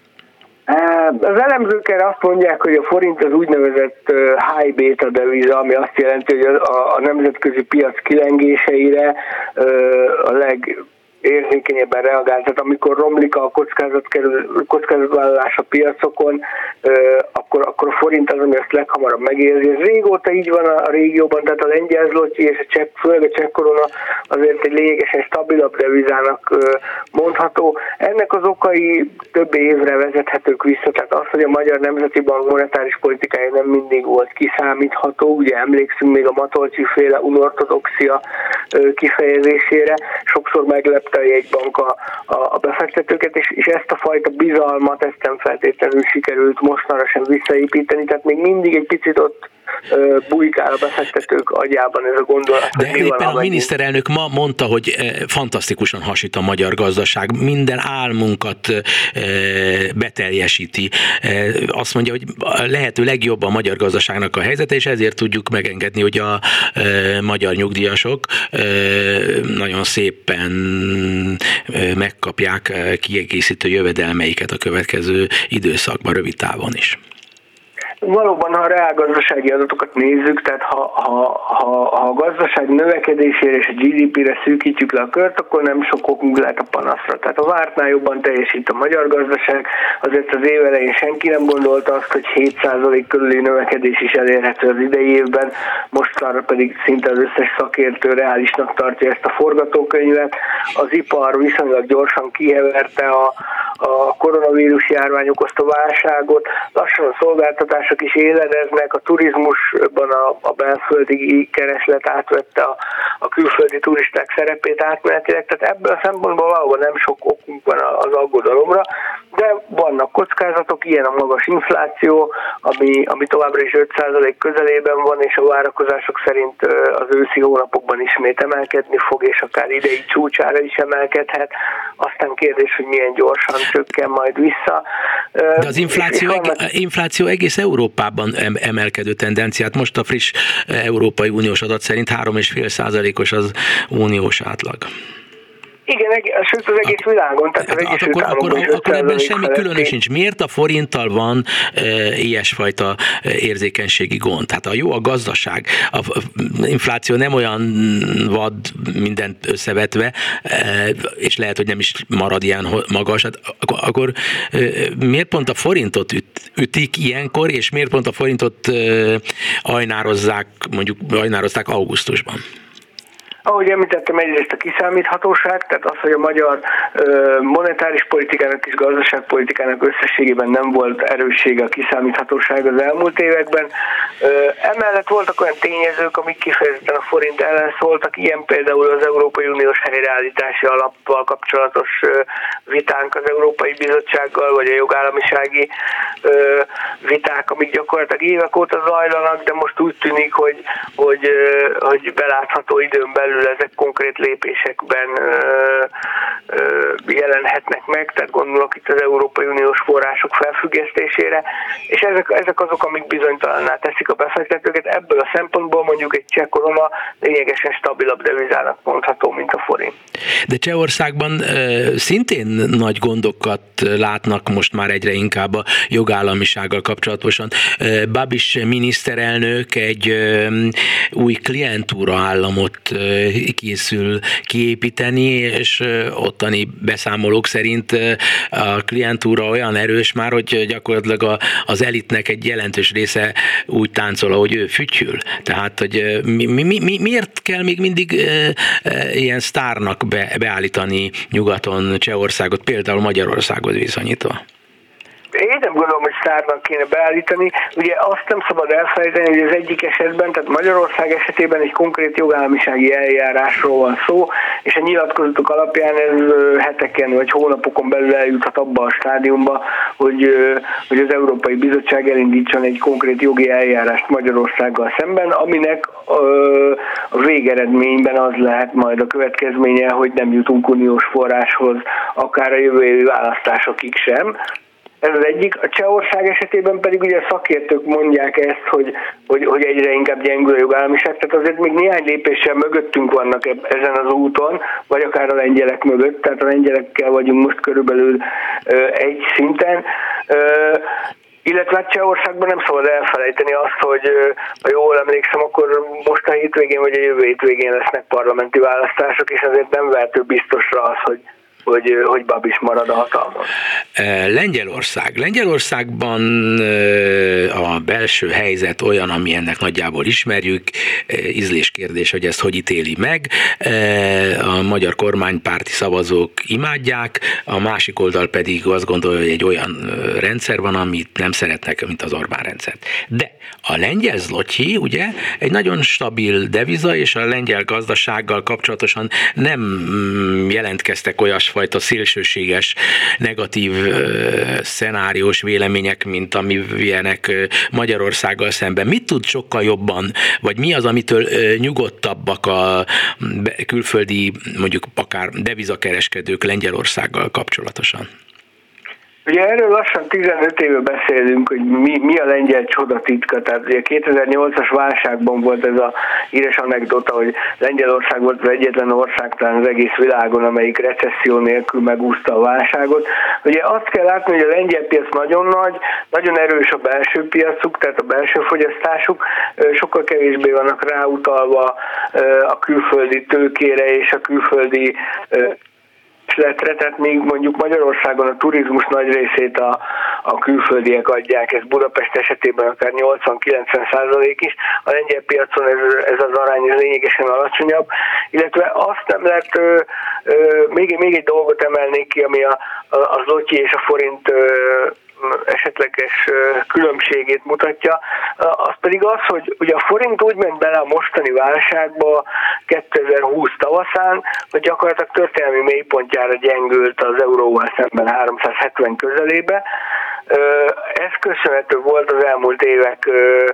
Speaker 5: Az elemzők erre azt mondják, hogy a forint az úgynevezett high beta deviza, ami azt jelenti, hogy a nemzetközi piac kilengéseire a legérzékenyebben reagál. Tehát amikor romlik a kockázatvállalás a piacokon, akkor a forint az, ami azt leghamarabb megérzi. Ez régóta így van a régióban, tehát a lengyel zloty és főleg a cseh korona azért egy lényegesen stabilabb devizának mondható. Ennek az okai több évre vezethetők vissza, tehát az, hogy a Magyar Nemzeti Bank monetáris politikája nem mindig volt kiszámítható, ugye emlékszünk még a Matolcsy-féle unortodoxia kifejezésére, sokszor meglepte a jegybank a befektetőket, és ezt a fajta bizalmat, ezt nem feltétlenül sikerült mostanra sem visszaépíteni, tehát még mindig egy picit ott bujkál a befektetők agyában ez a gondolat.
Speaker 2: De éppen a miniszterelnök ma mondta, hogy fantasztikusan hasít a magyar gazdaság, minden álmunkat beteljesíti. Azt mondja, hogy lehető legjobb a magyar gazdaságnak a helyzete, és ezért tudjuk megengedni, hogy a magyar nyugdíjasok nagyon szépen megkapják kiegészítő jövedelmeiket a következő időszakban, rövid távon is.
Speaker 5: Valóban, ha a reálgazdasági adatokat nézzük, tehát ha a gazdaság növekedésére és a GDP-re szűkítjük le a kört, akkor nem sok okunk lehet a panaszra. Tehát a vártnál jobban teljesít a magyar gazdaság, azért az év elején senki nem gondolta azt, hogy 7% körüli növekedés is elérhető az idei évben, mostanra pedig szinte az összes szakértő reálisnak tartja ezt a forgatókönyvet. Az ipar viszonylag gyorsan kiheverte a koronavírus járvány okozta válságot, lassan a szolgáltatások is éledeznek, a turizmusban a belföldi kereslet átvette a külföldi turisták szerepét átmenetileg, tehát ebből a szempontból valóban nem sok okunk van az aggodalomra, de vannak kockázatok, ilyen a magas infláció, ami továbbra is 5% közelében van, és a várakozások szerint az őszi hónapokban ismét emelkedni fog, és akár idei csúcsára is emelkedhet. Aztán kérdés, hogy milyen gyorsan csökken majd vissza.
Speaker 2: De az infláció egész Európában emelkedő tendenciát. Most a friss Európai Uniós adat szerint 3,5%-os az uniós átlag.
Speaker 5: Igen, sőt az egész világon, tehát az Egyesült Államokban is 5%
Speaker 2: akkor ebben semmi különös nincs. Miért a forinttal van ilyesfajta érzékenységi gond? Tehát a jó a gazdaság, a infláció nem olyan vad mindent összevetve, és lehet, hogy nem is marad ilyen magas, akkor miért pont a forintot ütik ilyenkor, és miért pont a forintot ajnározták augusztusban?
Speaker 5: Ahogy említettem, egyrészt a kiszámíthatóság, tehát az, hogy a magyar monetáris politikának és gazdaságpolitikának összességében nem volt erőssége a kiszámíthatóság az elmúlt években. Emellett voltak olyan tényezők, amik kifejezetten a forint ellen szóltak, ilyen például az Európai Uniós helyreállítási alappal kapcsolatos vitánk az Európai Bizottsággal, vagy a jogállamisági viták, amik gyakorlatilag évek óta zajlanak, de most úgy tűnik, hogy belátható időn belül ezek konkrét lépésekben jelenhetnek meg, tehát gondolok itt az Európai Uniós források felfüggesztésére, és ezek azok, amik bizonytalanná teszik a befektetőket. Ebből a szempontból mondjuk egy cseh korona lényegesen stabilabb devizának mondható, mint a forint.
Speaker 2: De Csehországban szintén nagy gondokat látnak most már egyre inkább a jogállamisággal kapcsolatosan. Babis miniszterelnök egy új klientúra államot készül kiépíteni, és ottani beszámolók szerint a klientúra olyan erős már, hogy gyakorlatilag az elitnek egy jelentős része úgy táncol, ahogy ő fütyül. Tehát, hogy miért kell még mindig ilyen sztárnak beállítani nyugaton Csehországot, például Magyarországot viszonyítva?
Speaker 5: Én nem gondolom, hogy sztárnak kéne beállítani. Ugye azt nem szabad elfelejteni, hogy az egyik esetben, tehát Magyarország esetében egy konkrét jogállamisági eljárásról van szó, és a nyilatkozatok alapján ez heteken vagy hónapokon belül eljuthat abba a stádiumba, hogy az Európai Bizottság elindítson egy konkrét jogi eljárást Magyarországgal szemben, aminek a végeredményben az lehet majd a következménye, hogy nem jutunk uniós forráshoz, akár a jövő évi választásokig sem. Ez az egyik. A Csehország esetében pedig ugye a szakértők mondják ezt, hogy egyre inkább gyengül a jogállamiság, tehát azért még néhány lépéssel mögöttünk vannak ezen az úton, vagy akár a lengyelek mögött, tehát a lengyelekkel vagyunk most körülbelül egy szinten. Illetve Csehországban nem szabad elfelejteni azt, hogy ha jól emlékszem, akkor most a hétvégén vagy a jövő hétvégén lesznek parlamenti választások, és azért nem vehető biztosra az, hogy Babis marad a hatalmon.
Speaker 2: Lengyelországban a belső helyzet olyan, ami ennek nagyjából ismerjük, ízléskérdés, hogy ezt hogy ítéli meg. A magyar kormánypárti szavazók imádják, a másik oldal pedig azt gondolja, hogy egy olyan rendszer van, amit nem szeretnek, mint az Orbán rendszert. De a lengyel zloty ugye egy nagyon stabil deviza, és a lengyel gazdasággal kapcsolatosan nem jelentkeztek olyasfajta szélsőséges, negatív szenáriós vélemények, mint amilyenek Magyarországgal szemben. Mit tud sokkal jobban, vagy mi az, amitől nyugodtabbak a külföldi, mondjuk akár devizakereskedők Lengyelországgal kapcsolatosan?
Speaker 5: Ugye erről lassan 15 éve beszélünk, hogy mi a lengyel csodatitka. Tehát ugye 2008-as válságban volt ez a híres anekdota, hogy Lengyelország volt az egyetlen ország talán az egész világon, amelyik recesszió nélkül megúszta a válságot. Ugye azt kell látni, hogy a lengyel piac nagyon nagy, nagyon erős a belső piacuk, tehát a belső fogyasztásuk, sokkal kevésbé vannak ráutalva a külföldi tőkére és a külföldi tehát még mondjuk Magyarországon a turizmus nagy részét a külföldiek adják, ez Budapest esetében akár 80-90% is, a lengyel piacon ez az arány lényegesen alacsonyabb, illetve azt nem lehet, még egy dolgot emelnék ki, ami a zloty és a forint esetleges különbségét mutatja, az pedig az, hogy ugye a forint úgy ment bele a mostani válságba 2020 tavaszán, hogy gyakorlatilag történelmi mélypontjára gyengült az euróval szemben 370 közelébe. Ez köszönhető volt az elmúlt évek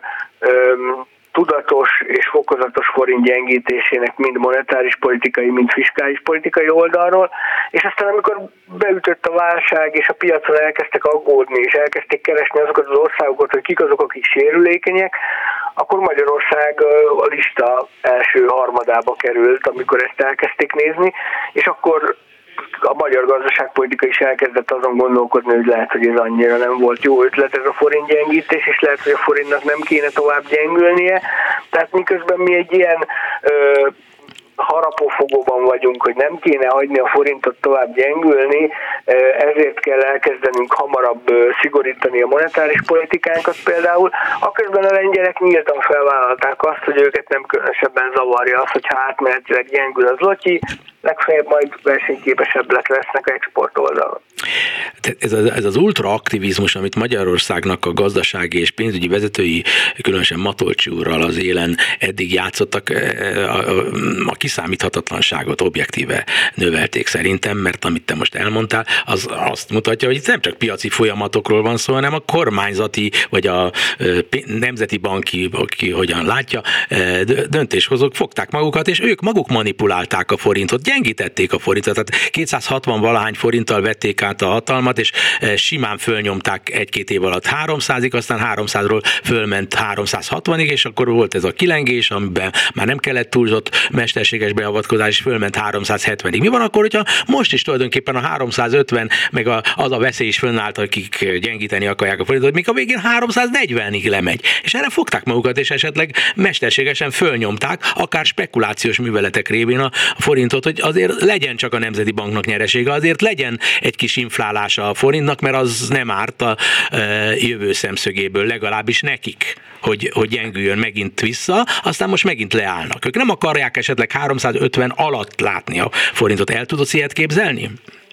Speaker 5: tudatos és fokozatos forint gyengítésének mind monetáris politikai, mind fiskális politikai oldalról, és aztán amikor beütött a válság, és a piacon elkezdtek aggódni, és elkezdték keresni azokat az országokat, hogy kik azok, akik sérülékenyek, akkor Magyarország a lista első harmadába került, amikor ezt elkezdték nézni, és akkor a magyar gazdaságpolitika is elkezdett azon gondolkodni, hogy lehet, hogy ez annyira nem volt jó ötlet ez a forint gyengítés, és lehet, hogy a forintnak nem kéne tovább gyengülnie. Tehát miközben mi egy ilyen harapófogóban vagyunk, hogy nem kéne hagyni a forintot tovább gyengülni, ezért kell elkezdenünk hamarabb szigorítani a monetáris politikánkat például. Aközben a lengyelek nyíltan felvállalták azt, hogy őket nem különösebben zavarja az, hogyha átmenetileg gyengül az zloty, legfeljebb majd versenyképesebbek lesznek a export oldalon.
Speaker 2: Ez az ultraaktivizmus, amit Magyarországnak a gazdasági és pénzügyi vezetői, különösen Matolcsy úrral az élen eddig játszottak, a kiszámíthatatlanságot objektíve növelték szerintem, mert amit te most elmondtál, az azt mutatja, hogy itt nem csak piaci folyamatokról van szó, hanem a kormányzati, vagy a nemzeti banki, aki hogyan látja, döntéshozók fogták magukat, és ők maguk manipulálták a forintot, gyengítették a forintot, tehát 260 valahány forinttal vették át a hatalmat, és simán fölnyomták egy-két év alatt 300-ig, aztán 300-ról fölment 360-ig, és akkor volt ez a kilengés, amiben már nem kellett túlzott mesterséges beavatkozás, és fölment 370-ig. Mi van akkor, hogyha most is tulajdonképpen a 350, meg az a veszély is fönnállt, akik gyengíteni akarják a forintot, míg a végén 340-ig lemegy. És erre fogták magukat, és esetleg mesterségesen fölnyomták, akár spekulációs műveletek révén a forintot, hogy azért legyen csak a Nemzeti Banknak nyeresége, azért legyen egy kis inflálása a forintnak, mert az nem árt a jövő szemszögéből, legalábbis nekik, hogy gyengüljön megint vissza, aztán most megint leállnak. Ők nem akarják esetleg 350 alatt látni a forintot. El tudod ilyet képzelni?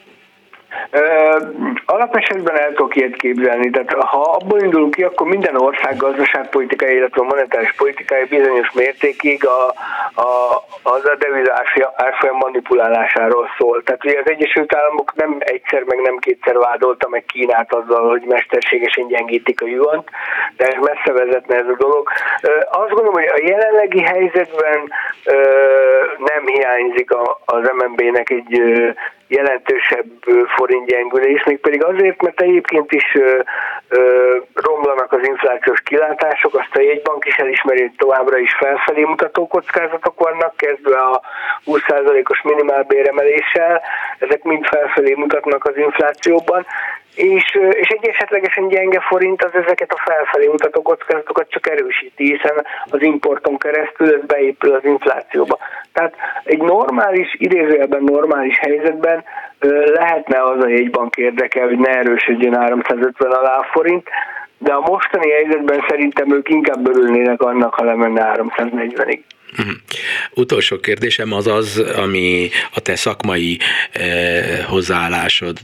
Speaker 5: Alapesetben el tudok ilyet képzelni, tehát ha abból indulunk ki, akkor minden ország gazdaságpolitikai, illetve a monetáris politikai bizonyos mértékig az a deviza árfolyam manipulálásáról szól. Tehát ugye az Egyesült Államok nem egyszer, meg nem kétszer vádolta meg Kínát azzal, hogy mesterségesen gyengítik a yuant, de ez messze vezetne ez a dolog. Azt gondolom, hogy a jelenlegi helyzetben nem hiányzik az MNB-nek egy jelentősebb forintgyengülés, mégpedig azért, mert egyébként is romlanak az inflációs kilátások, azt a jegybank is elismeri, hogy továbbra is felfelé mutató kockázatok vannak, kezdve a 20%-os minimálbéremeléssel, ezek mind felfelé mutatnak az inflációban, és egy esetlegesen gyenge forint az ezeket a felfelé mutató kockázatokat csak erősíti, hiszen az importon keresztül ez beépül az inflációba. Tehát egy normális, idézőjelben normális helyzetben lehetne az a jegybank érdeke, hogy ne erősödjön 350 alá a forint, de a mostani helyzetben szerintem ők inkább örülnének annak, ha lemenne 340-ig.
Speaker 2: Utolsó kérdésem az, ami a te szakmai hozzáállásod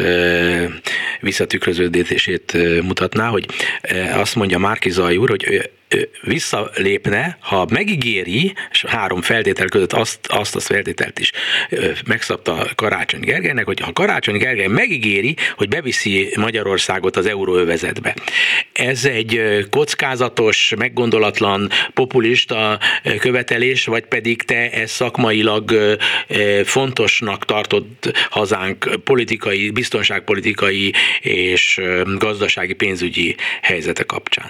Speaker 2: visszatükröződését mutatná, hogy azt mondja Márki Zaj úr, hogy visszalépne, ha megígéri, és 3 feltétel között azt a feltételt is megszabta Karácsony Gergelynek, hogy ha Karácsony Gergely megígéri, hogy beviszi Magyarországot az euróövezetbe. Ez egy kockázatos, meggondolatlan, populista követelés, vagy pedig te ezt szakmailag fontosnak tartod hazánk politikai, biztonságpolitikai és gazdasági pénzügyi helyzete kapcsán?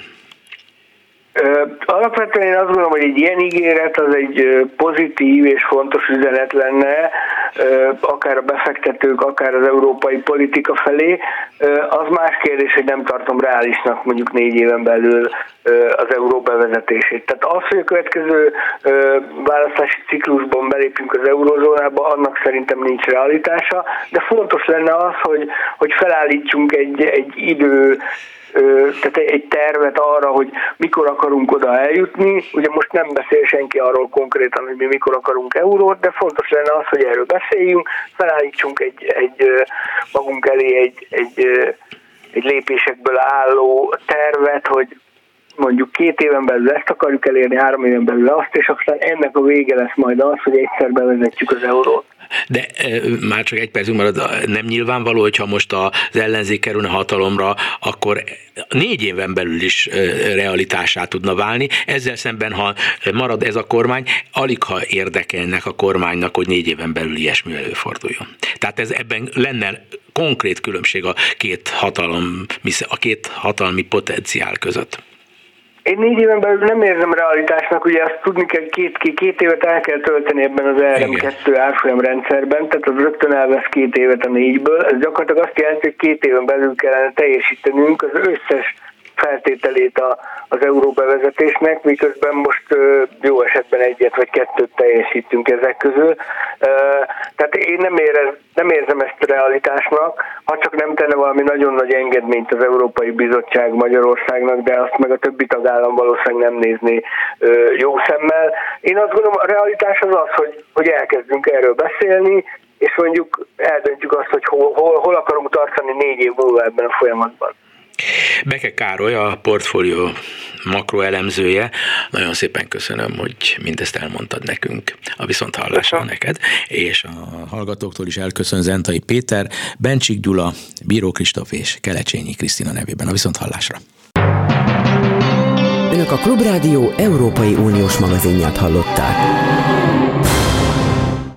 Speaker 5: Alapvetően én azt gondolom, hogy egy ilyen ígéret az egy pozitív és fontos üzenet lenne, akár a befektetők, akár az európai politika felé, az más kérdés, hogy nem tartom reálisnak mondjuk 4 éven belül az euró bevezetését. Tehát az, hogy a következő választási ciklusban belépjünk az eurózónába, annak szerintem nincs realitása, de fontos lenne az, hogy felállítsunk egy idő, tehát egy tervet arra, hogy mikor akarunk oda eljutni. Ugye most nem beszél senki arról konkrétan, hogy mi mikor akarunk eurót, de fontos lenne az, hogy erről beszéljünk, felállítsunk egy magunk elé egy lépésekből álló tervet, hogy mondjuk 2 éven belül ezt akarjuk elérni, 3 éven belül azt, és aztán ennek a vége lesz majd az, hogy egyszer bevezetjük az eurót.
Speaker 2: De már csak egy percünk marad, nem nyilvánvaló, hogyha most az ellenzék kerülne hatalomra, akkor 4 éven belül is realitásá tudna válni. Ezzel szemben, ha marad ez a kormány, alig ha érdekelnek a kormánynak, hogy 4 éven belül ilyesmi előforduljon. Tehát ebben lenne konkrét különbség a két hatalmi potenciál között.
Speaker 5: Én 4 éven belül nem érzem realitásnak, ugye azt tudni kell, hogy 2 évet el kell tölteni ebben az ERM2 árfolyam rendszerben, tehát az rögtön elvesz 2 évet a 4-ből. Ez gyakorlatilag azt jelenti, hogy 2 éven belül kellene teljesítenünk az összes feltételét az euró bevezetésnek, miközben most jó esetben 1 vagy 2 teljesítünk ezek közül. Tehát én nem érzem ezt realitásnak, ha csak nem tenne valami nagyon nagy engedményt az Európai Bizottság Magyarországnak, de azt meg a többi tagállam valószínűleg nem nézné jó szemmel. Én azt gondolom, a realitás az, hogy elkezdünk erről beszélni, és mondjuk eldöntjük azt, hogy hol akarunk tartani 4 év múlva ebben a folyamatban.
Speaker 2: Beke Károly, a portfólió makroelemzője. Nagyon szépen köszönöm, hogy mindezt elmondtad nekünk. A viszonthallásra neked. És a hallgatóktól is elköszön Zentai Péter, Bencsik Gyula, Bíró Kristóf és Kelecsényi Krisztina nevében. A viszonthallásra.
Speaker 1: Önök a Klubrádió Európai Uniós magazinját hallották.